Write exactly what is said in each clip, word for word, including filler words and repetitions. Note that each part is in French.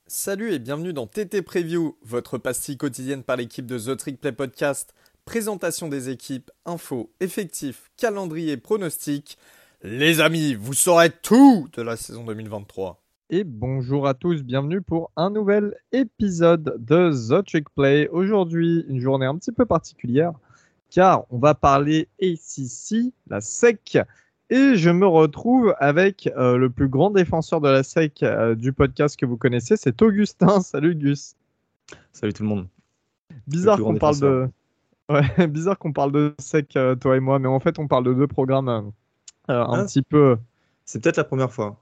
Salut et bienvenue dans T T Preview, votre pastille quotidienne par l'équipe de The Trick Play Podcast. Présentation des équipes, infos, effectifs, calendrier, pronostics. Les amis, vous saurez tout de la saison deux mille vingt-trois. Et bonjour à tous, bienvenue pour un nouvel épisode de The Trick Play. Aujourd'hui, une journée un petit peu particulière car on va parler A C C, la S E C. Et je me retrouve avec euh, le plus grand défenseur de la S E C euh, du podcast que vous connaissez, c'est Augustin. Salut Gus. Salut tout le monde. Bizarre qu'on parle de... Ouais, bizarre qu'on parle de S E C, euh, toi et moi, mais en fait on parle de deux programmes euh, euh, un Ah, petit peu... C'est peut-être la première fois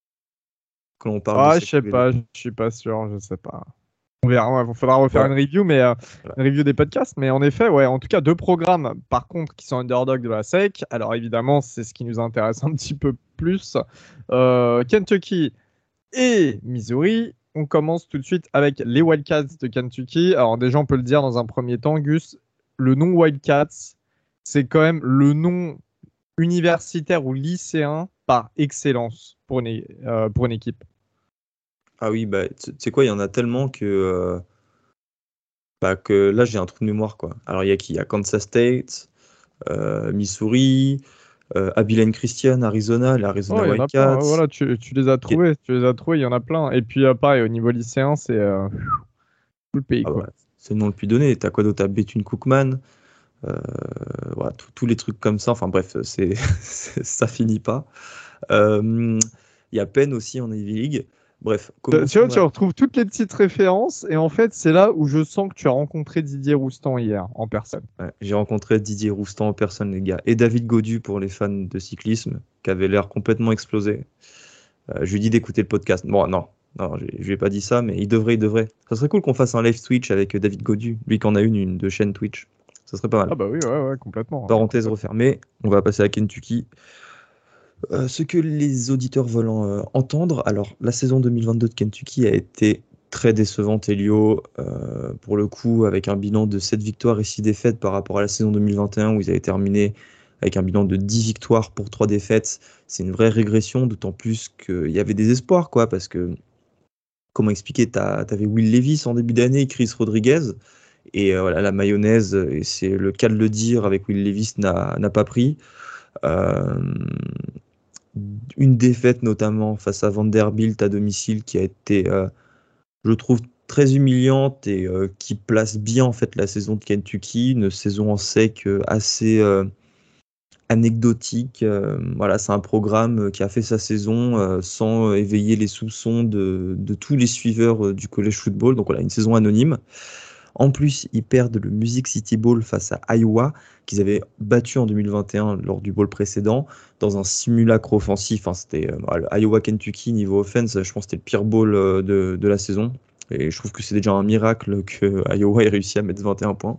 que l'on parle Ah, de je S E C sais tous les pas, deux. je suis pas sûr, je sais pas. On verra, il faudra refaire Ouais. une review, mais euh, Voilà. une review des podcasts. Mais en effet, ouais, en tout cas, deux programmes, par contre, qui sont underdog de la S E C. Alors évidemment, c'est ce qui nous intéresse un petit peu plus. Euh, Kentucky et Missouri. On commence tout de suite avec les Wildcats de Kentucky. Alors déjà, on peut le dire dans un premier temps, Gus, le nom Wildcats, c'est quand même le nom universitaire ou lycéen par excellence pour une, euh, pour une équipe. Ah oui, bah, tu tu sais quoi, il y en a tellement que, euh, bah, que là j'ai un trou de mémoire quoi. Alors il y a qui? Il y a Kansas State, euh, Missouri, euh, Abilene Christian, Arizona, Oh, l'Arizona il y en a plein. Wildcats. Ouais, voilà, tu, tu les as Qui est- trouvés. Tu les as trouvés, il y en a plein. Et puis, euh, pareil, au niveau lycéen, c'est euh, tout le pays, Ah quoi. bah, c'est le nom le plus donné. T'as quoi d'autre? T'as Bethune-Cookman, euh, voilà, tous tous les trucs comme ça. Enfin bref, c'est c'est- ça finit pas. Euh, Il y a Penn aussi en Ivy League. Bref, Tu tu vois, commençons. tu retrouves toutes les petites références. Et en fait, c'est là où je sens que tu as rencontré Didier Roustan hier, en personne. Ouais, j'ai rencontré Didier Roustan en personne, les gars, et David Godu pour les fans de cyclisme, qui avait l'air complètement explosé. Euh, je lui ai dit d'écouter le podcast. Bon, non, non, je, je lui ai pas dit ça, mais il devrait, il devrait. Ça serait cool qu'on fasse un live Twitch avec euh, David Godu, lui qui en a une, une de chaîne Twitch. Ça serait pas mal. Ah, bah oui, ouais, ouais, complètement. Parenthèse refermée, on va passer à Kentucky. Euh, ce que les auditeurs veulent en, euh, entendre, alors la saison deux mille vingt-deux de Kentucky a été très décevante, Elio, euh, pour le coup, avec un bilan de sept victoires et six défaites par rapport à la saison deux mille vingt et un où ils avaient terminé avec un bilan de dix victoires pour trois défaites. C'est une vraie régression, d'autant plus qu'il y avait des espoirs, quoi, parce que, comment expliquer, t'as, t'avais Will Levis en début d'année et Chris Rodriguez, et euh, voilà, la mayonnaise, et c'est le cas de le dire, avec Will Levis n'a, n'a pas pris. Euh, une défaite notamment face à Vanderbilt à domicile qui a été, euh, je trouve, très humiliante et euh, qui place bien en fait la saison de Kentucky, une saison en sec euh, assez euh, anecdotique. Euh, voilà, c'est un programme qui a fait sa saison euh, sans éveiller les soupçons de, de tous les suiveurs euh, du college football. Donc voilà, une saison anonyme. En plus, ils perdent le Music City Bowl face à Iowa, qu'ils avaient battu en deux mille vingt et un lors du bowl précédent, dans un simulacre offensif. Enfin, c'était euh, Iowa-Kentucky niveau offense, je pense que c'était le pire bowl euh, de, de la saison. Et je trouve que c'est déjà un miracle que Iowa ait réussi à mettre vingt et un points.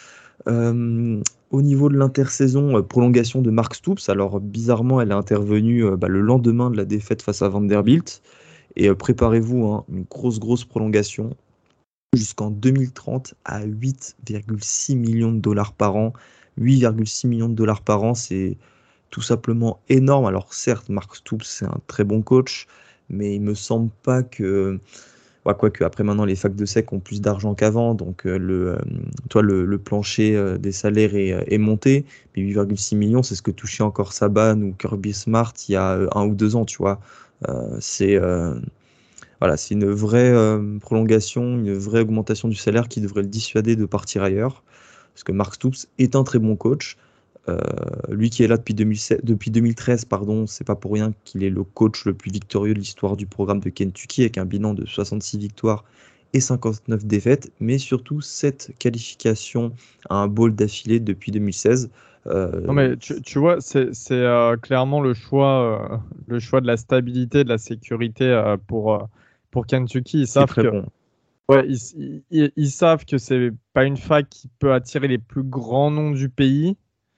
Euh, au niveau de l'intersaison, euh, prolongation de Mark Stoops. Alors bizarrement, elle est intervenue euh, bah, le lendemain de la défaite face à Vanderbilt. Et euh, préparez-vous, hein, une grosse, grosse prolongation jusqu'en deux mille trente à huit virgule six millions de dollars par an. huit virgule six millions de dollars par an, c'est tout simplement énorme. Alors certes, Mark Stoops, c'est un très bon coach, mais il me semble pas que... Ouais, quoique après maintenant les facs de sec ont plus d'argent qu'avant, donc euh, le, euh, toi, le, le plancher euh, des salaires est, euh, est monté, mais huit virgule six millions, c'est ce que touchait encore Saban ou Kirby Smart il y a euh, un ou deux ans, tu vois. Euh, c'est... euh, voilà, c'est une vraie euh, prolongation, une vraie augmentation du salaire qui devrait le dissuader de partir ailleurs. Parce que Mark Stoops est un très bon coach. Euh, lui qui est là depuis deux mille sept, depuis deux mille treize, pardon, c'est pas pour rien qu'il est le coach le plus victorieux de l'histoire du programme de Kentucky avec un bilan de soixante-six victoires et cinquante-neuf défaites, mais surtout sept qualifications à un bowl d'affilée depuis deux mille seize. Euh, Non, mais tu, tu vois, c'est c'est, euh, clairement le choix, euh, le choix de la stabilité, de la sécurité euh, pour, euh, pour Kentucky. Ils c'est savent très que, bon. ouais, ils, ils- ils savent que c'est pas une fac qui peut attirer les plus grands noms du pays.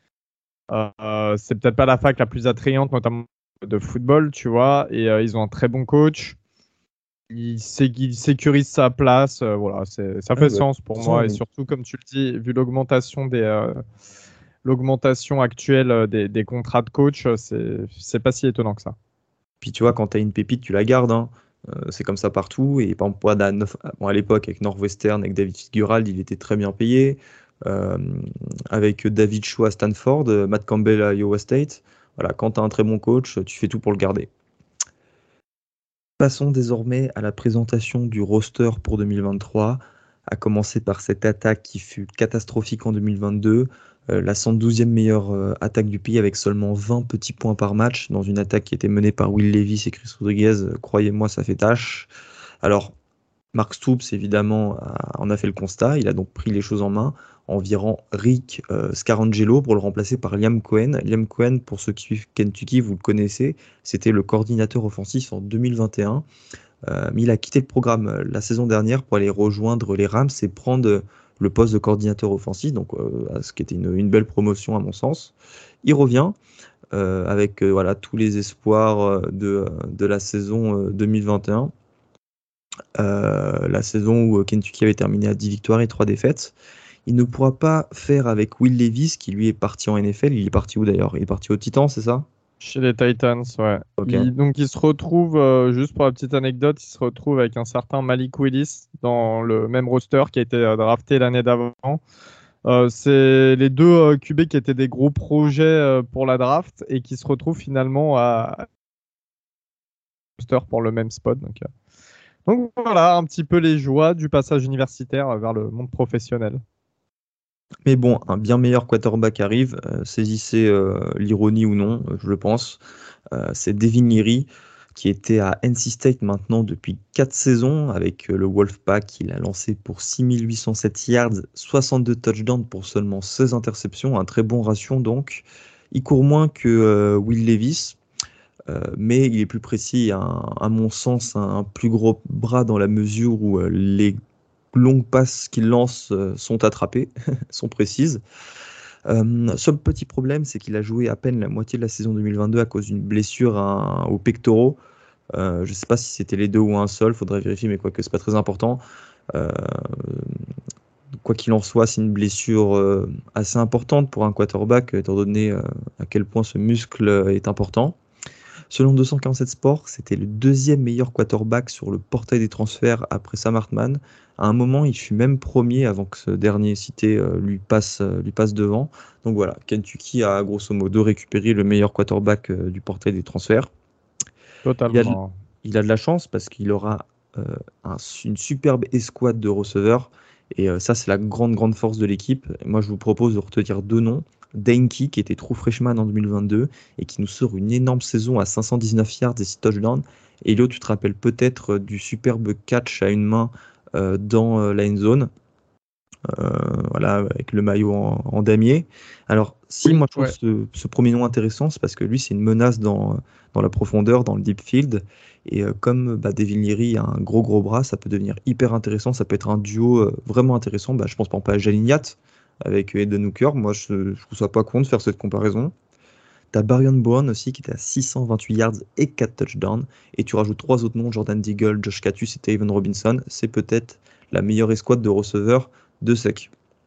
Euh, c'est peut-être pas la fac la plus attrayante, notamment de football, tu vois. Et euh, ils ont un très bon coach. Il, sé- il sécurise sa place. Euh, voilà, c'est, ça Ah, fait bah, de sens toute pour moi. Et façon, surtout, comme tu le dis, vu l'augmentation des, euh, l'augmentation actuelle euh, des, des contrats de coach, euh, c'est, c'est pas si étonnant que ça. puis tu vois, quand tu as une pépite, tu la gardes, hein. Euh, c'est comme ça partout. Et par exemple, à, bon, à l'époque, avec Northwestern, avec David Fitzgerald, il était très bien payé. Euh, avec David Shaw à Stanford, euh, Matt Campbell à Iowa State. Voilà, quand tu as un très bon coach, tu fais tout pour le garder. Passons désormais à la présentation du roster pour deux mille vingt-trois, à commencer par cette attaque qui fut catastrophique en deux mille vingt-deux, euh, la cent douzième meilleure euh, attaque du pays avec seulement vingt petits points par match, dans une attaque qui était menée par Will Levis et Chris Rodriguez. Euh, croyez-moi, ça fait tâche. Alors, Mark Stoops, évidemment, a- en a fait le constat. Il a donc pris les choses en main en virant Rick euh, Scarangelo pour le remplacer par Liam Cohen. Liam Cohen, pour ceux qui suivent Kentucky, vous le connaissez, c'était le coordinateur offensif en deux mille vingt et un. Euh, mais il a quitté le programme euh, la saison dernière pour aller rejoindre les Rams et prendre euh, le poste de coordinateur offensif, donc euh, ce qui était une, une belle promotion à mon sens. Il revient euh, avec euh, voilà, tous les espoirs euh, de, de la saison euh, deux mille vingt et un. Euh, la saison où Kentucky avait terminé à dix victoires et trois défaites. Il ne pourra pas faire avec Will Levis, qui lui est parti en N F L. Il est parti où d'ailleurs? Il est parti au Titan, c'est ça? Chez les Titans, ouais. Ok. Il- donc il se retrouve, euh, juste pour la petite anecdote, il se retrouve avec un certain Malik Willis dans le même roster qui a été euh, drafté l'année d'avant. Euh, c'est les deux euh, Q B qui étaient des gros projets euh, pour la draft et qui se retrouvent finalement à roster pour le même spot. Donc, euh, donc voilà un petit peu les joies du passage universitaire vers le monde professionnel. Mais bon, un bien meilleur quarterback arrive. Euh, saisissez euh, l'ironie ou non, euh, je le pense. Euh, c'est Devin Leary, qui était à N C State maintenant depuis quatre saisons avec euh, le Wolfpack. Il a lancé pour six mille huit cent sept yards, soixante-deux touchdowns pour seulement seize interceptions, un très bon ratio donc. Il court moins que euh, Will Levis, euh, mais il est plus précis, un- à mon sens, un, un plus gros bras dans la mesure où euh, les longues passes qu'il lance euh, sont attrapées, sont précises. Euh, seul petit problème, c'est qu'il a joué à peine la moitié de la saison deux mille vingt-deux à cause d'une blessure à- aux pectoraux. Euh, je ne sais pas si c'était les deux ou un seul, faudrait vérifier, mais quoique c'est pas très important. Euh, quoi qu'il en soit, c'est une blessure euh, assez importante pour un quarterback, étant donné euh, à quel point ce muscle euh, est important. Selon deux cent quarante-sept Sports, c'était le deuxième meilleur quarterback sur le portail des transferts après Sam Hartman. À un moment, il fut même premier avant que ce dernier cité euh, lui, passe, euh, lui passe devant. Donc voilà, Kentucky a grosso modo récupéré le meilleur quarterback euh, du portail des transferts. Il a de, Totalement. il a de la chance parce qu'il aura euh, un- une superbe escouade de receveurs. Et euh, ça, c'est la grande, grande force de l'équipe. Et moi, je vous propose de retenir deux noms. Dane Key, qui était true freshman en deux mille vingt-deux et qui nous sort une énorme saison à cinq cent dix-neuf yards et six touchdowns. Et Elio, tu te rappelles peut-être euh, du superbe catch à une main euh, dans euh, la end zone. Euh, voilà, avec le maillot en, en damier. Alors, si Oui, moi je trouve ouais. ce, ce premier nom intéressant, c'est parce que lui, c'est une menace dans, dans la profondeur, dans le deep field. Et euh, comme bah, Devin Leary a un gros gros bras, ça peut devenir hyper intéressant. Ça peut être un duo euh, vraiment intéressant. Bah, je pense par exemple à Jalignat avec Eden Hooker. Moi, je, je trouve ça pas con de faire cette comparaison. T'as Barion Brown aussi qui était à six cent vingt-huit yards et quatre touchdowns. Et tu rajoutes trois autres noms, Jordan Deagle, Josh Catus et Taven Robinson. C'est peut-être la meilleure escouade de receveurs de sec.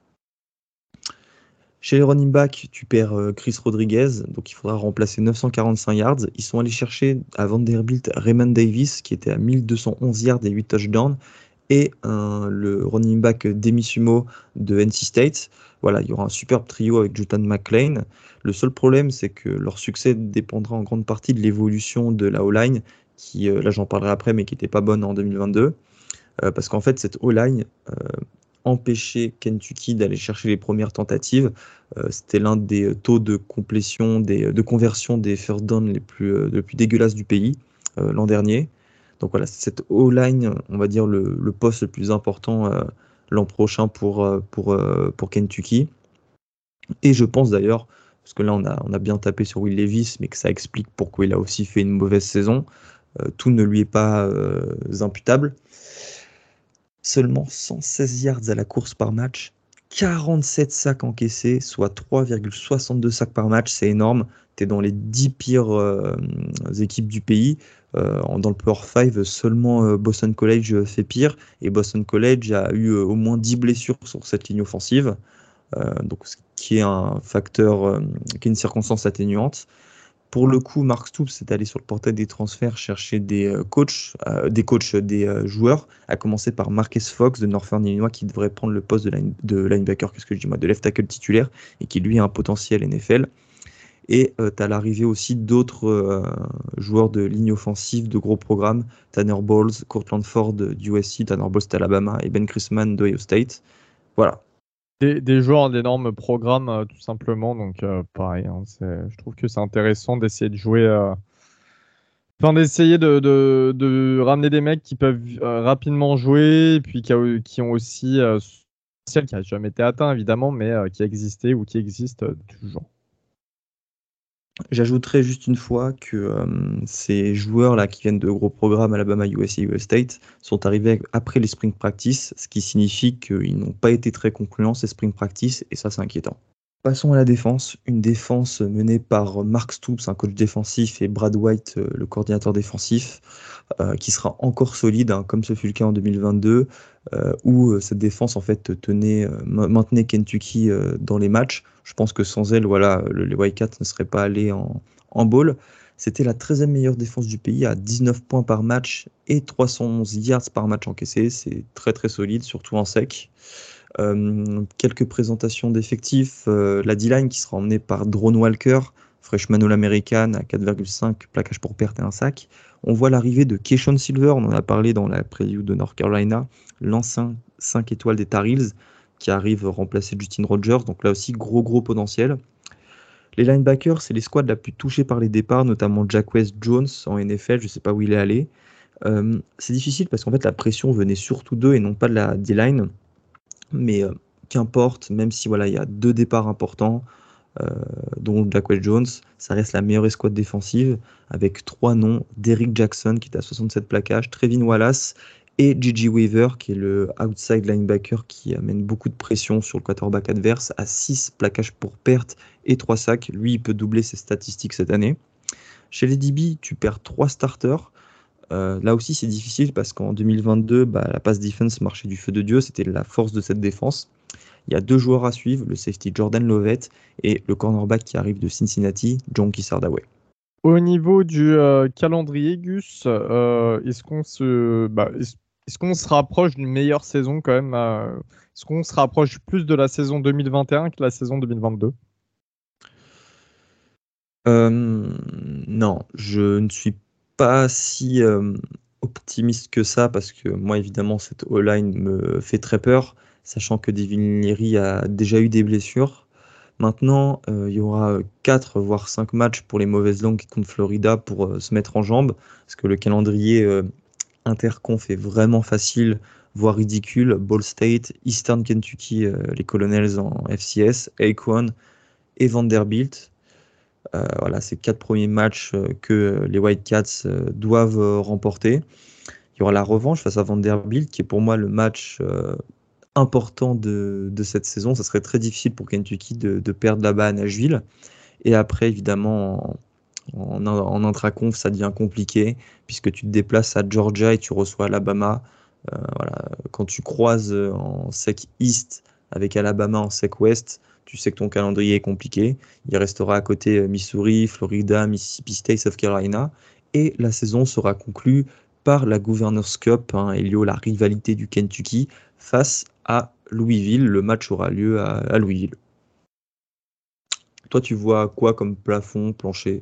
Chez les running backs, tu perds euh, Chris Rodriguez, donc il faudra remplacer neuf cent quarante-cinq yards. Ils sont allés chercher à Vanderbilt Raymond Davis, qui était à mille deux cent onze yards et huit touchdowns, et euh, le running back Demi Sumo de N C State. Voilà, il y aura un superbe trio avec Jutan McClain. Le seul problème, c'est que leur succès dépendra en grande partie de l'évolution de la O-line, qui, euh, là j'en parlerai après, mais qui n'était pas bonne en deux mille vingt-deux. Euh, parce qu'en fait, cette O-line euh, empêchait Kentucky d'aller chercher les premières tentatives. Euh, c'était l'un des euh, taux de complétion, des, de conversion des first down les plus, euh, les plus dégueulasses du pays euh, l'an dernier. Donc voilà, cette O-line, on va dire le, le poste le plus important euh, l'an prochain pour, euh, pour, euh, pour Kentucky. Et je pense d'ailleurs, parce que là on a, on a bien tapé sur Will Levis, mais que ça explique pourquoi il a aussi fait une mauvaise saison, euh, tout ne lui est pas euh, imputable. Seulement cent seize yards à la course par match, quarante-sept sacs encaissés, soit trois virgule soixante-deux sacs par match, c'est énorme. Tu es dans les dix pires euh, équipes du pays. Euh, dans le Power cinq, seulement euh, Boston College euh, fait pire. Et Boston College a eu euh, au moins dix blessures sur cette ligne offensive. Euh, donc, ce qui est un facteur, euh, qui est une circonstance atténuante. Pour le coup, Mark Stoops est allé sur le portail des transferts chercher des euh, coachs, euh, des coachs, des euh, joueurs, à commencer par Marcus Fox de Northern Illinois qui devrait prendre le poste de, line, de linebacker, qu'est-ce que je dis moi, de left tackle titulaire et qui lui a un potentiel N F L. Et euh, tu as l'arrivée aussi d'autres euh, joueurs de ligne offensive de gros programmes, Tanner Bowles, Courtland Ford du U S C, Tanner Bowles d'Alabama et Ben Chrisman d'Ohio State. Voilà. Des, des joueurs d'énormes programmes, euh, tout simplement. Donc, euh, pareil, hein, c'est, je trouve que c'est intéressant d'essayer de jouer. Euh, Enfin, d'essayer de, de, de ramener des mecs qui peuvent euh, rapidement jouer, et puis qui, a- qui ont aussi euh, ce potentiel qui n'a jamais été atteint, évidemment, mais euh, qui a existé ou qui existe euh, toujours. J'ajouterais juste une fois que euh, ces joueurs-là qui viennent de gros programmes, Alabama, U S C, U S State, sont arrivés après les spring practice, ce qui signifie qu'ils n'ont pas été très concluants ces spring practice, et ça c'est inquiétant. Passons à la défense, une défense menée par Mark Stoops, un coach défensif, et Brad White, euh, le coordinateur défensif, euh, qui sera encore solide, hein, comme ce fut le cas en deux mille vingt-deux, euh, où euh, cette défense en fait tenait, euh, maintenait Kentucky euh, dans les matchs. Je pense que sans elle, voilà, le, les Wildcats ne seraient pas allés en, en bowl. C'était la treizième meilleure défense du pays à dix-neuf points par match et trois cent onze yards par match encaissé. C'est très très solide, surtout en sec. Euh, quelques présentations d'effectifs. Euh, la D-line qui sera emmenée par Drone Walker, freshman all-américaine à quatre virgule cinq plaquages pour perte et un sac. On voit l'arrivée de Keyshawn Silver, on en a parlé dans la preview de North Carolina, l'ancien cinq étoiles des Tar Heels, qui arrive remplacer Justin Rogers. Donc là aussi, gros gros potentiel. Les linebackers, c'est les squads la plus touchée par les départs, notamment Jack West Jones en N F L, je ne sais pas où il est allé. Euh, c'est difficile parce qu'en fait la pression venait surtout d'eux et non pas de la D-line. Mais euh, qu'importe, même si voilà, il y a deux départs importants, euh, dont Jack West Jones, ça reste la meilleure escouade défensive avec trois noms, Derrick Jackson qui est à soixante-sept plaquages, Trevin Wallace et Gigi Weaver qui est le outside linebacker qui amène beaucoup de pression sur le quarterback adverse à six plaquages pour perte et trois sacs. Lui, il peut doubler ses statistiques cette année. Chez les D B, tu perds trois starters. Euh, là aussi, c'est difficile parce qu'en deux mille vingt-deux, bah, la pass defense marchait du feu de Dieu. C'était la force de cette défense. Il y a deux joueurs à suivre, le safety Jordan Lovett et le cornerback qui arrive de Cincinnati, John Sardaway. Au niveau du euh, calendrier, Gus, euh, est-ce qu'on se, bah, est-ce, est-ce qu'on se rapproche d'une meilleure saison quand même euh, Est-ce qu'on se rapproche plus de la saison deux mille vingt et un que la saison deux mille vingt-deux? Euh, non, je ne suis pas si euh, optimiste que ça parce que moi, évidemment, cette O-line me fait très peur, sachant que Devin Leary a déjà eu des blessures. Maintenant, euh, il y aura quatre voire cinq matchs pour les mauvaises langues contre Florida pour euh, se mettre en jambes, parce que le calendrier euh, interconf est vraiment facile, voire ridicule. Ball State, Eastern Kentucky, euh, les Colonels en F C S, Akron et Vanderbilt. Euh, voilà, c'est quatre premiers matchs euh, que les Wildcats euh, doivent euh, remporter. Il y aura la revanche face à Vanderbilt, qui est pour moi le match euh, important de, de cette saison. Ça serait très difficile pour Kentucky de, de perdre là-bas à Nashville. Et après, évidemment, en, en, en intraconf, ça devient compliqué, puisque tu te déplaces à Georgia et tu reçois Alabama. Euh, voilà. Quand tu croises en sec East avec Alabama en sec West, tu sais que ton calendrier est compliqué. Il restera à côté Missouri, Florida, Mississippi State, South Carolina. Et la saison sera conclue par la Governor's Cup, hein, Elio, la rivalité du Kentucky face à Louisville. Le match aura lieu à, à Louisville. Toi, tu vois quoi comme plafond, plancher?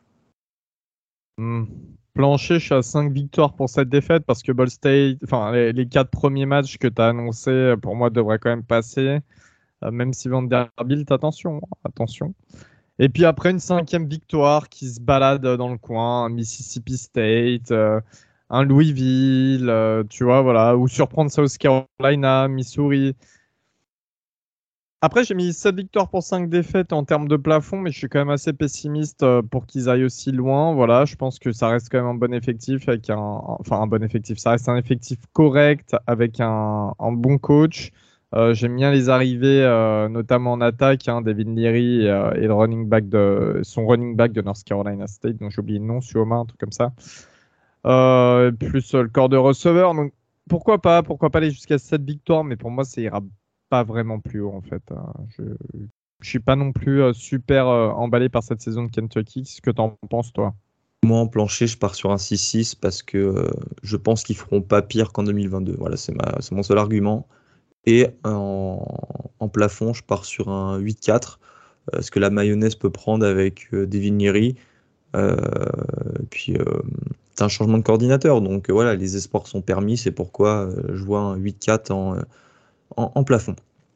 Hmm. Plancher, je suis à cinq victoires pour cette défaite parce que Ball State, enfin les, les quatre premiers matchs que tu as annoncés, pour moi, devraient quand même passer. Euh, même si Vanderbilt, attention, attention. Et puis après, une cinquième victoire qui se balade dans le coin, un Mississippi State, euh, un Louisville, euh, tu vois, voilà, ou surprendre South Carolina, Missouri. Après, j'ai mis sept victoires pour cinq défaites en termes de plafond, mais je suis quand même assez pessimiste euh, pour qu'ils aillent aussi loin. Voilà, je pense que ça reste quand même un bon effectif avec un, enfin un bon effectif. Ça reste un effectif correct avec un, un bon coach. Euh, j'aime bien les arrivées, euh, notamment en attaque, hein, Devin Leary euh, et le running back de son running back de North Carolina State, dont j'ai oublié le nom, Suoma, un truc comme ça. Euh, plus euh, le corps de receveur. Donc pourquoi pas, pourquoi pas aller jusqu'à sept victoires, mais pour moi, ça ira pas vraiment plus haut en fait, hein. Je... je suis pas non plus euh, super euh, emballé par cette saison de Kentucky. Qu'est-ce que t'en penses, toi? Moi, en plancher, je pars sur un six six parce que euh, je pense qu'ils feront pas pire qu'en deux mille vingt-deux. Voilà, c'est ma, c'est mon seul argument. Et en, en plafond, je pars sur un huit quatre, euh, ce que la mayonnaise peut prendre avec euh, Devin Leary. Euh, puis, euh, c'est un changement de coordinateur. Donc euh, voilà, les espoirs sont permis. C'est pourquoi euh, je vois un huit quatre en, euh, en, en plafond.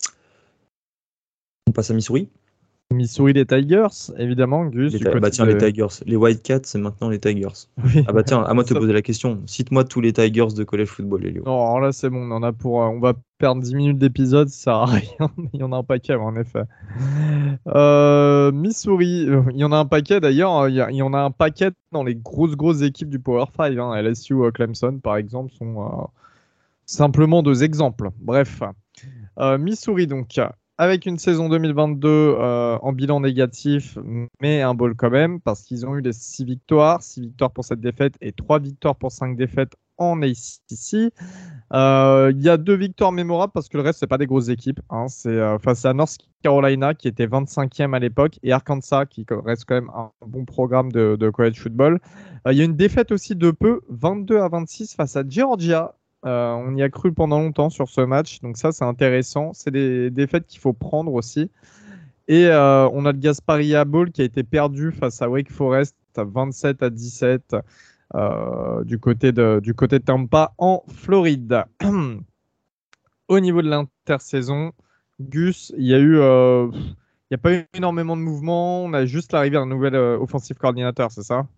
On passe à Missouri. Missouri, les Tigers, évidemment, Gus, Les du Ti- bah côté tiens, les de... Tigers. Les Wildcats, c'est maintenant les Tigers. Oui, Ah bah tiens, à moi de te ça- poser la question. Cite-moi tous les Tigers de college football, Elio. Non, alors là, c'est bon, on en a pour... euh, on va perdre dix minutes d'épisode, ça sert à rien, mais il y en a un paquet, en effet. Euh, Missouri, euh, il y en a un paquet d'ailleurs, euh, il y, a- il y en a un paquet dans les grosses, grosses équipes du Power five. Hein. L S U, euh, Clemson, par exemple, sont euh, simplement deux exemples. Bref, Euh, Missouri, donc, avec une saison deux mille vingt-deux euh, en bilan négatif, mais un bowl quand même, parce qu'ils ont eu les six victoires, six victoires pour cette défaite et trois victoires pour cinq défaites en A C C. Euh, Il y a deux victoires mémorables parce que le reste, c'est pas des grosses équipes. Hein. C'est euh, face à North Carolina qui était vingt-cinquième à l'époque et Arkansas qui reste quand même un bon programme de, de college football. Euh, Il y a une défaite aussi de peu, vingt-deux à vingt-six face à Georgia. Euh, on y a cru pendant longtemps sur ce match, donc ça c'est intéressant. C'est des défaites qu'il faut prendre aussi. Et euh, on a le Gasparilla Bowl qui a été perdu face à Wake Forest à vingt-sept à dix-sept euh, du côté de, du côté de Tampa en Floride. Au niveau de l'intersaison, Gus, il y a eu, euh, il n'y a pas eu énormément de mouvements. On a juste l'arrivée d'un nouvel euh, offensive coordinateur, c'est ça?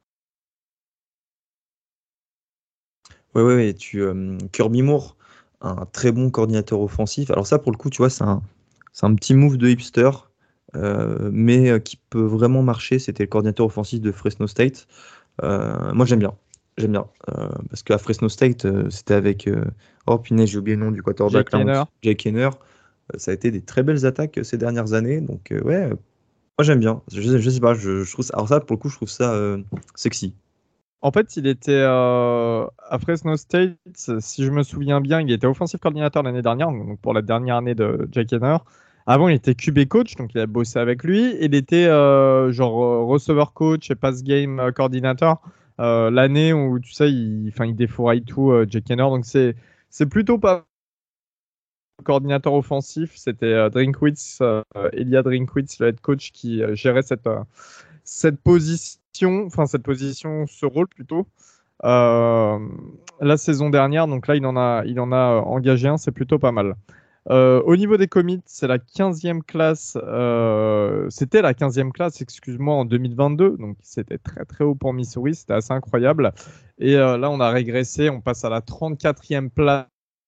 Ouais, ouais, ouais, tu, euh, Kirby Moore, un très bon coordinateur offensif. Alors ça, pour le coup, tu vois, c'est un, c'est un petit move de hipster, euh, mais euh, qui peut vraiment marcher. C'était le coordinateur offensif de Fresno State. Euh, moi, j'aime bien. J'aime bien. Euh, parce qu'à Fresno State, euh, c'était avec... euh, Oh, punaise, j'ai oublié le nom du Jake quarterback, la Leonard. honte. Jake Henner. Euh, ça a été des très belles attaques euh, ces dernières années. Donc, euh, ouais, euh, moi, j'aime bien. Je, je sais pas, je, je trouve ça... Alors ça, pour le coup, je trouve ça euh, sexy. En fait, il était euh, à Fresno State, si je me souviens bien, il était offensive coordinateur l'année dernière, donc pour la dernière année de Jake Henner. Avant, il était Q B coach, donc il a bossé avec lui. Il était euh, genre euh, receiver coach et pass game euh, coordinateur euh, l'année où, tu sais, il, enfin, il défouraille tout, euh, Jake Henner. Donc c'est c'est plutôt pas coordinateur offensif. C'était euh, Drinkwitz, euh, Elia Drinkwitz, le head coach, qui euh, gérait cette, euh, cette position, enfin cette position, ce rôle plutôt. Euh, la saison dernière, donc là il en a, il en a engagé un, c'est plutôt pas mal. Euh, au niveau des commits, c'est la quinzième classe, euh, c'était la quinzième classe, excuse-moi, en deux mille vingt-deux, donc c'était très très haut pour Missouri, c'était assez incroyable. Et euh, là on a régressé, on passe à la trente-quatrième place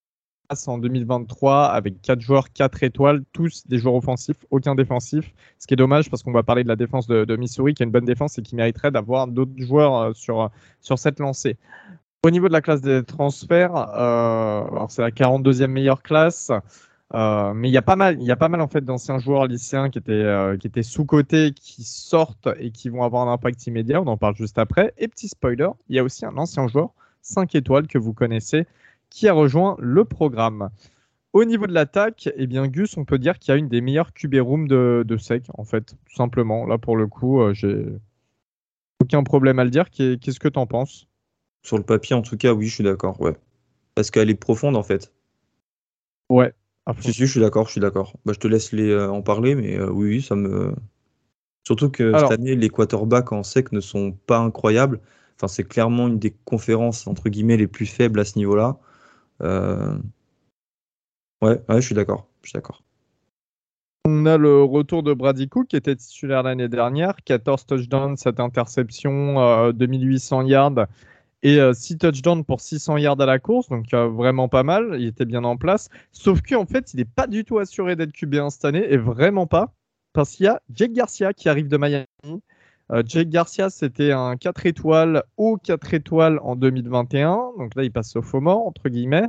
en deux mille vingt-trois avec quatre joueurs, quatre étoiles, tous des joueurs offensifs, aucun défensif. Ce qui est dommage parce qu'on va parler de la défense de, de Missouri qui a une bonne défense et qui mériterait d'avoir d'autres joueurs euh, sur, sur cette lancée. Au niveau de la classe des transferts, euh, alors c'est la quarante-deuxième meilleure classe, euh, mais il y a pas mal, il y a pas mal en fait d'anciens joueurs lycéens qui étaient, euh, qui étaient sous-cotés, qui sortent et qui vont avoir un impact immédiat. On en parle juste après. Et petit spoiler, il y a aussi un ancien joueur cinq étoiles que vous connaissez qui a rejoint le programme. Au niveau de l'attaque, eh bien Gus, on peut dire qu'il y a une des meilleures Q B rooms de, de sec, en fait, tout simplement. Là, pour le coup, euh, j'ai aucun problème à le dire. Qu'est- Qu'est-ce que tu en penses? Sur le papier, en tout cas, oui, je suis d'accord, ouais. Parce qu'elle est profonde, en fait. Ouais, à Si, fond. si, je suis d'accord, je suis d'accord. Bah, je te laisse les, euh, en parler, mais euh, oui, oui, ça me... Surtout que cette Alors, année, les quarterbacks en sec ne sont pas incroyables. Enfin, c'est clairement une des conférences, entre guillemets, les plus faibles à ce niveau-là. Euh, Ouais, ouais, je suis d'accord, je suis d'accord. on a le retour de Brady Cook qui était titulaire l'année dernière, quatorze touchdowns, sept interceptions, euh, deux mille huit cents yards et euh, six touchdowns pour six cents yards à la course, donc euh, vraiment pas mal, il était bien en place. Sauf qu'en fait, il n'est pas du tout assuré d'être Q B un cette année, et vraiment pas, parce qu'il y a Jake Garcia qui arrive de Miami. Euh, Jake Garcia, c'était un quatre étoiles ou quatre étoiles en deux mille vingt et un, donc là, il passe sophomore, entre guillemets.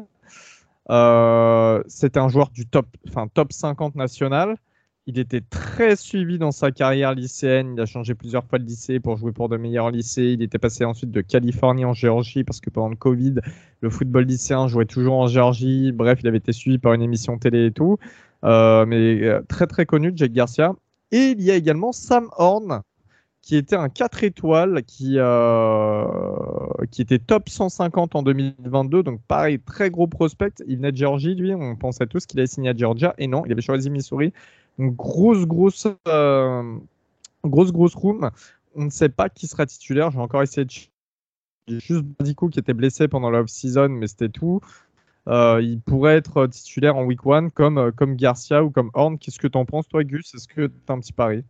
Euh, c'était un joueur du top, enfin, top cinquante national. Il était très suivi dans sa carrière lycéenne. Il a changé plusieurs fois de lycée pour jouer pour de meilleurs lycées. Il était passé ensuite de Californie en Géorgie parce que pendant le Covid, le football lycéen jouait toujours en Géorgie. Bref, il avait été suivi par une émission télé et tout. euh, mais euh, très très connu, Jake Garcia. Et il y a également Sam Horn, qui était un quatre étoiles, qui, euh, qui était top cent cinquante en deux mille vingt-deux. Donc pareil, très gros prospect. Il venait de Géorgie, lui. On pensait tous qu'il allait signer à Georgia. Et non, il avait choisi Missouri. Donc grosse, grosse, euh, grosse, grosse room. On ne sait pas qui sera titulaire. J'ai encore essayé de... J'ai juste Bradico qui était blessé pendant la off-season, mais c'était tout. Euh, il pourrait être titulaire en week one comme, comme Garcia ou comme Horn. Qu'est-ce que tu en penses, toi, Gus? Est-ce que tu as un petit pari?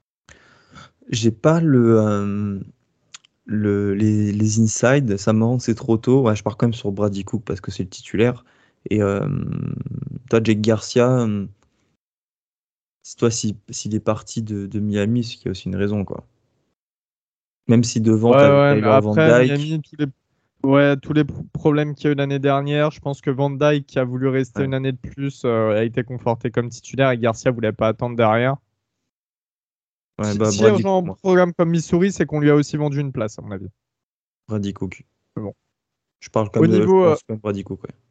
J'ai pas le, euh, le, les, les insides, ça me rend que c'est trop tôt. Ouais, je pars quand même sur Brady Cook parce que c'est le titulaire. Et euh, toi, Jake Garcia, euh, c'est toi, si, s'il est parti de, de Miami, c'est qu'il y a aussi une raison, quoi. Même si devant, Ouais, tu avais ouais, mais Tyler Van après, Dyke. Miami, tous les, ouais, tous les pro- problèmes qu'il y a eu l'année dernière, je pense que Van Dyke, qui a voulu rester Ouais, une année de plus, euh, a été conforté comme titulaire et Garcia voulait pas attendre derrière. ouais, Si- bah, S'il Brady rejoint Cook, un moi. programme comme Missouri, c'est qu'on lui a aussi vendu une place, à mon avis. Brady Cook. Mais bon. Je parle Au comme, euh, je niveau, euh, pense comme Brady Cook, ouais.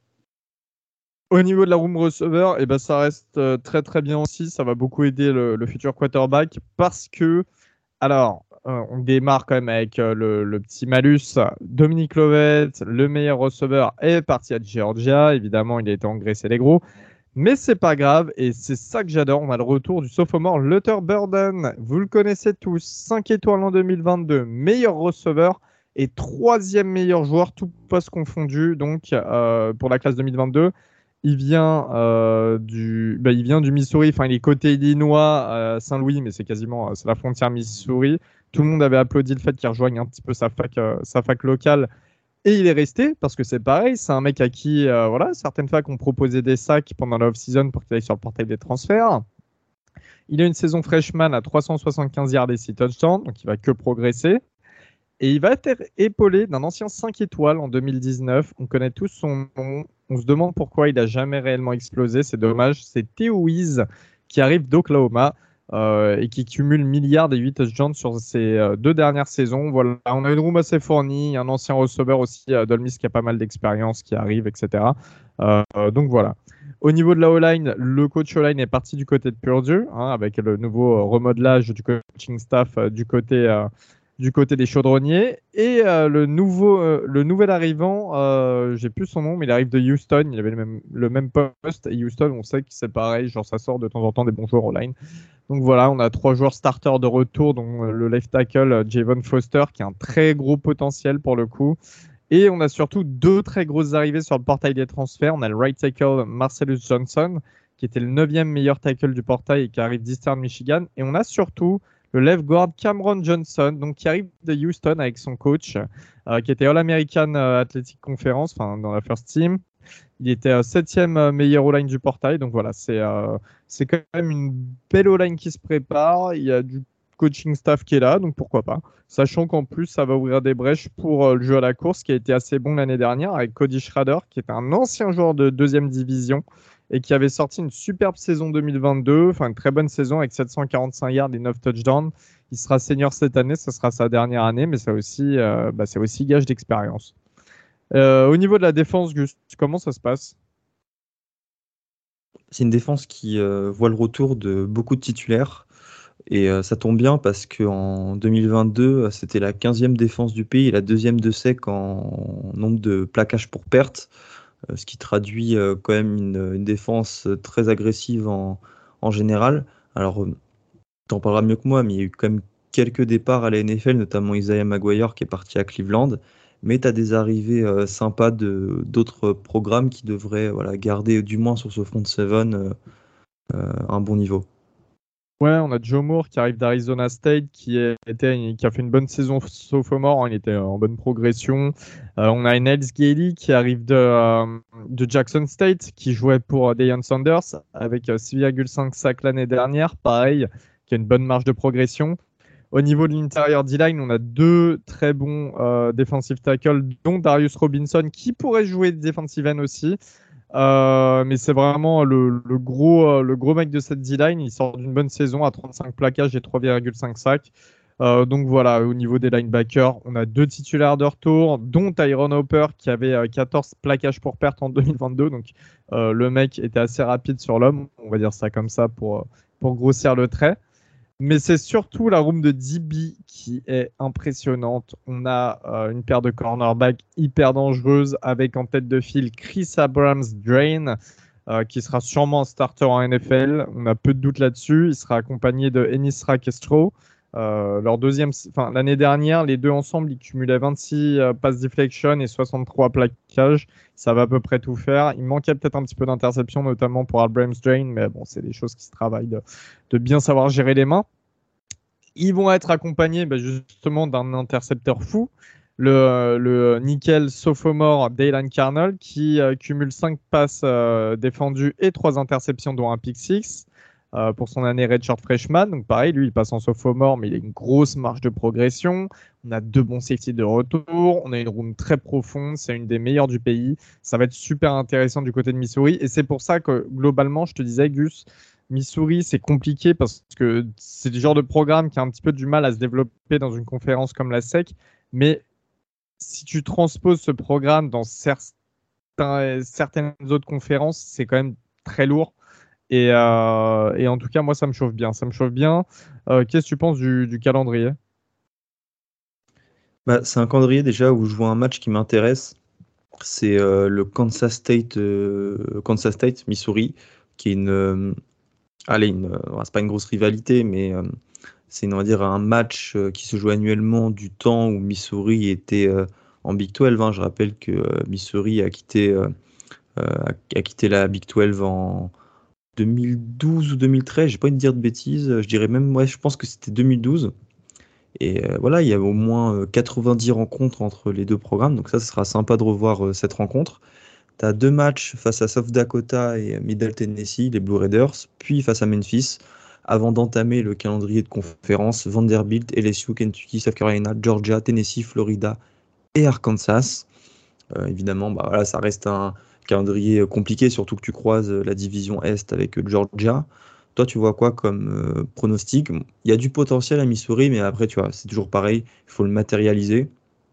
au niveau de la room receiver, eh ben, ça reste euh, très très bien aussi. Ça va beaucoup aider le, le futur quarterback parce que, alors, euh, on démarre quand même avec euh, le, le petit malus. Dominique Lovett, le meilleur receveur, est parti à Georgia. Évidemment, il a été engraissé les gros. Mais c'est pas grave, et c'est ça que j'adore. On a le retour du sophomore Luther Burden. Vous le connaissez tous, cinq étoiles en deux mille vingt-deux, meilleur receveur et troisième meilleur joueur, tout poste confondu, donc euh, pour la classe deux mille vingt-deux. Il vient, euh, du, bah, il vient du Missouri, enfin il est côté Illinois, euh, Saint-Louis, mais c'est quasiment euh, c'est la frontière Missouri. Tout le monde avait applaudi le fait qu'il rejoigne un petit peu sa fac, euh, sa fac locale et il est resté parce que c'est pareil, c'est un mec à qui euh, voilà, certaines facs ont proposé des sacs pendant la off-season pour qu'il aille sur le portail des transferts. Il a une saison freshman à trois cent soixante-quinze yards et six touchdowns, donc il va que progresser. Et il va être épaulé d'un ancien cinq étoiles en deux mille dix-neuf. On connaît tous son nom. On se demande pourquoi il n'a jamais réellement explosé. C'est dommage. C'est Theo Wease qui arrive d'Oklahoma euh, et qui cumule milliards et huit touchdowns sur ses euh, deux dernières saisons. Voilà, on a une room assez fournie. Un ancien receveur aussi, euh, Dolmis, qui a pas mal d'expérience, qui arrive, et cetera. Euh, donc voilà. Au niveau de la O-line, le coach O-line est parti du côté de Purdue, hein, avec le nouveau remodelage du coaching staff euh, du côté euh, du côté des chaudronniers. Et euh, le, nouveau, euh, le nouvel arrivant, euh, j'ai plus son nom, mais il arrive de Houston. Il avait le même, le même poste. Et Houston, on sait que c'est pareil, genre ça sort de temps en temps des bons joueurs online. Donc voilà, on a trois joueurs starters de retour, dont euh, le left tackle euh, Javon Foster, qui a un très gros potentiel pour le coup. Et on a surtout deux très grosses arrivées sur le portail des transferts. On a le right tackle Marcellus Johnson, qui était le neuvième meilleur tackle du portail et qui arrive d'Eastern Michigan. Et on a surtout le left guard Cameron Johnson, donc qui arrive de Houston avec son coach, euh, qui était All-American euh, Athletic Conference, enfin dans la first team. Il était euh, septième euh, meilleur O-line du portail, donc voilà, c'est euh, c'est quand même une belle O-line qui se prépare. Il y a du coaching staff qui est là, donc pourquoi pas. Sachant qu'en plus, ça va ouvrir des brèches pour euh, le jeu à la course, qui a été assez bon l'année dernière, avec Cody Schrader, qui est un ancien joueur de deuxième division et qui avait sorti une superbe saison deux mille vingt-deux, enfin une très bonne saison avec sept cent quarante-cinq yards et neuf touchdowns. Il sera senior cette année, ce sera sa dernière année, mais c'est aussi, euh, bah, c'est aussi gage d'expérience. Euh, au niveau de la défense, Gus, comment ça se passe? C'est une défense qui euh, voit le retour de beaucoup de titulaires. Et euh, ça tombe bien parce qu'en deux mille vingt-deux, euh, c'était la quinzième défense du pays et la deuxième de sec en nombre de plaquages pour perte, euh, ce qui traduit euh, quand même une, une défense très agressive en, en général. Alors, euh, t'en parleras mieux que moi, mais il y a eu quand même quelques départs à la N F L, notamment Isaiah Maguire qui est parti à Cleveland. Mais tu as des arrivées euh, sympas de d'autres programmes qui devraient voilà, garder, du moins sur ce front seven, euh, euh, un bon niveau. Ouais, on a Joe Moore qui arrive d'Arizona State, qui, est- était, qui a fait une bonne saison sophomore, hein, il était en bonne progression. Euh, on a Niles Gailey qui arrive de, euh, de Jackson State, qui jouait pour Deion Sanders, avec euh, six virgule cinq sacs l'année dernière, pareil, qui a une bonne marge de progression. Au niveau de l'intérieur D-line, on a deux très bons euh, defensive tackles, dont Darius Robinson, qui pourrait jouer defensive end aussi. Euh, mais c'est vraiment le, le gros, euh, le gros mec de cette D-line. Il sort d'une bonne saison à trente-cinq plaquages et trois virgule cinq sacs. Euh, donc voilà, au niveau des linebackers, on a deux titulaires de retour, dont Tyron Hopper qui avait euh, quatorze plaquages pour perte en deux mille vingt-deux. Donc euh, le mec était assez rapide sur l'homme, on va dire ça comme ça pour, pour grossir le trait. Mais c'est surtout la room de D B qui est impressionnante. On a euh, une paire de cornerbacks hyper dangereuses avec en tête de file Chris Abrams-Drain, euh, qui sera sûrement un starter en N F L. On a peu de doute là-dessus. Il sera accompagné de Ennis Rackestro. Euh, leur deuxième, enfin, l'année dernière, les deux ensemble, ils cumulaient vingt-six euh, pass deflection et soixante-trois plaquages. Ça va à peu près tout faire. Il manquait peut-être un petit peu d'interception, notamment pour Abrams Drain, mais bon, c'est des choses qui se travaillent de, de bien savoir gérer les mains. Ils vont être accompagnés bah, justement d'un intercepteur fou, le, le nickel sophomore Daylan Carnell, qui euh, cumule cinq passes euh, défendues et trois interceptions, dont un pick six euh, pour son année redshirt freshman. Donc pareil, lui, il passe en sophomore, mais il a une grosse marge de progression. On a deux bons safety de retour. On a une room très profonde. C'est une des meilleures du pays. Ça va être super intéressant du côté de Missouri. Et c'est pour ça que globalement, je te disais, Gus, Missouri, c'est compliqué parce que c'est du genre de programme qui a un petit peu du mal à se développer dans une conférence comme la S E C. Mais si tu transposes ce programme dans certains, certaines autres conférences, c'est quand même très lourd. Et, euh, et en tout cas, moi, ça me chauffe bien. Ça me chauffe bien. Euh, qu'est-ce que tu penses du, du calendrier? Bah, c'est un calendrier déjà où je vois un match qui m'intéresse. C'est euh, le Kansas State, euh, Kansas State, Missouri, qui est une, euh, allez, une, euh, c'est pas une grosse rivalité, mais euh, c'est on va dire un match euh, qui se joue annuellement du temps où Missouri était euh, en Big douze. Hein. Je rappelle que euh, Missouri a quitté, euh, euh, a, a quitté la Big douze en deux mille douze ou deux mille treize. J'ai pas envie de dire de bêtises. Je dirais même, ouais, je pense que c'était deux mille douze. Et euh, voilà, il y a au moins euh, quatre-vingt-dix rencontres entre les deux programmes, donc ça, ce sera sympa de revoir euh, cette rencontre. Tu as deux matchs face à South Dakota et euh, Middle Tennessee, les Blue Raiders, puis face à Memphis, avant d'entamer le calendrier de conférence Vanderbilt, L S U, Kentucky, South Carolina, Georgia, Tennessee, Florida et Arkansas. Euh, évidemment, bah, voilà, ça reste un calendrier euh, compliqué, surtout que tu croises euh, la division Est avec euh, Georgia. Toi, tu vois quoi comme euh, pronostic? Bon, il y a du potentiel à Missouri, mais après, tu vois, c'est toujours pareil, il faut le matérialiser.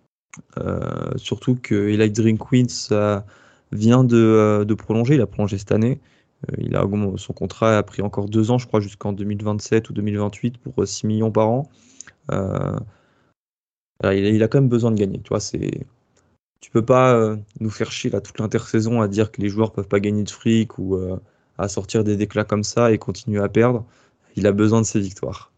Euh, surtout que Eli Drinkwitz ça vient de, euh, de prolonger, il a prolongé cette année. Euh, il a, son contrat a pris encore deux ans, je crois, jusqu'en deux mille vingt-sept ou deux mille vingt-huit pour euh, six millions par an. Euh, il, a, il a quand même besoin de gagner, tu vois, c'est... Tu peux pas euh, nous faire chier là, toute l'intersaison à dire que les joueurs peuvent pas gagner de fric ou euh, à sortir des déclats comme ça et continuer à perdre. Il a besoin de ses victoires.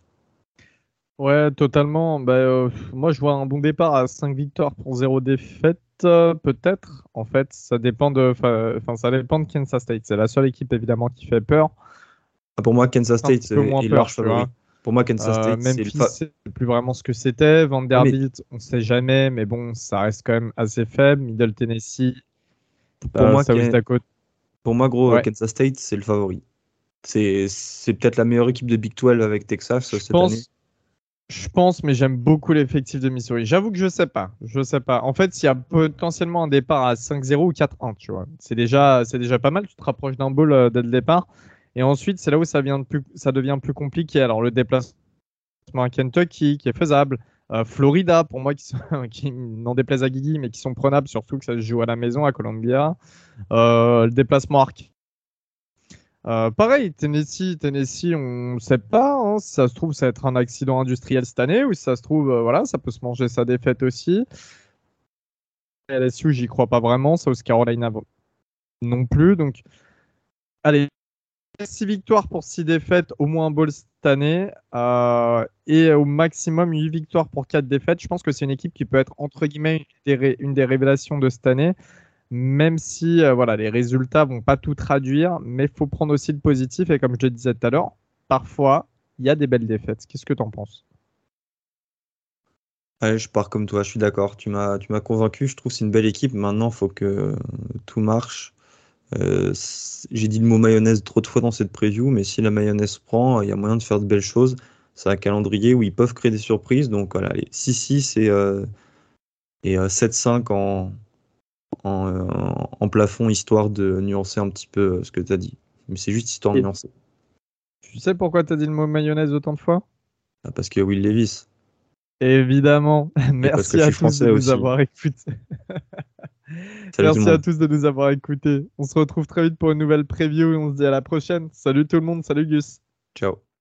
Ouais, totalement. Bah, euh, moi, je vois un bon départ à cinq victoires pour zéro défaite, euh, peut-être. En fait, ça dépend de, enfin, ça dépend de Kansas State. C'est la seule équipe, évidemment, qui fait peur. Ah, pour moi, Kansas Un petit State peu est, moins est peur, large tu vois. favori. Pour moi, Kansas Euh, State, c'est le Memphis, fa... c'est plus vraiment ce que c'était. Ah, mais Vanderbilt, on sait jamais, mais bon, ça reste quand même assez faible. Middle Tennessee, pour euh, moi, South Ken- Dakota. pour moi, gros, Ouais. Kansas State, c'est le favori. C'est, c'est peut-être la meilleure équipe de Big douze avec Texas euh, Je cette année. pense, je pense, mais j'aime beaucoup l'effectif de Missouri. J'avoue que je sais pas. Je sais pas. En fait, il y a potentiellement un départ à cinq zéro ou quatre un, tu vois. C'est déjà, c'est déjà pas mal. Tu te rapproches d'un bowl euh, dès le départ. Et ensuite, c'est là où ça, vient de plus, ça devient plus compliqué. Alors, le déplacement à Kentucky, qui est faisable. Euh, Florida, pour moi, qui, sont, qui n'en déplaise à Guigui, mais qui sont prenables, surtout que ça se joue à la maison, à Columbia. Euh, le déplacement Arc. Euh, pareil, Tennessee, Tennessee, on ne sait pas. Hein, si ça se trouve, ça va être un accident industriel cette année, ou si ça se trouve, euh, voilà, ça peut se manger sa défaite aussi. L S U, j'y crois pas vraiment. South Carolina non plus. Donc, allez, six victoires pour six défaites, au moins un bowl cette année. Euh, et au maximum huit victoires pour quatre défaites. Je pense que c'est une équipe qui peut être, entre guillemets, une des, ré- une des révélations de cette année. Même si euh, voilà, les résultats vont pas tout traduire, mais il faut prendre aussi le positif. Et comme je le disais tout à l'heure, parfois, il y a des belles défaites. Qu'est-ce que tu en penses? Ouais, je pars comme toi, je suis d'accord. Tu m'as, tu m'as convaincu. Je trouve que c'est une belle équipe. Maintenant, il faut que euh, tout marche. Euh, c- j'ai dit le mot mayonnaise trop de fois dans cette preview, mais si la mayonnaise prend, il y a moyen de faire de belles choses. C'est un calendrier où ils peuvent créer des surprises. Donc voilà, les six six et, euh, et euh, sept cinq en, en, euh, en plafond, histoire de nuancer un petit peu euh, ce que tu as dit. Mais c'est juste histoire de Et nuancer. tu sais pourquoi tu as dit le mot mayonnaise autant de fois? Ah, parce que Will Levis. Évidemment. parce que Merci je à suis tous français de nous aussi. avoir écoutés. Salut tout le Merci à monde. tous de nous avoir écoutés. On se retrouve très vite pour une nouvelle preview et on se dit à la prochaine. Salut tout le monde, salut Gus. Ciao.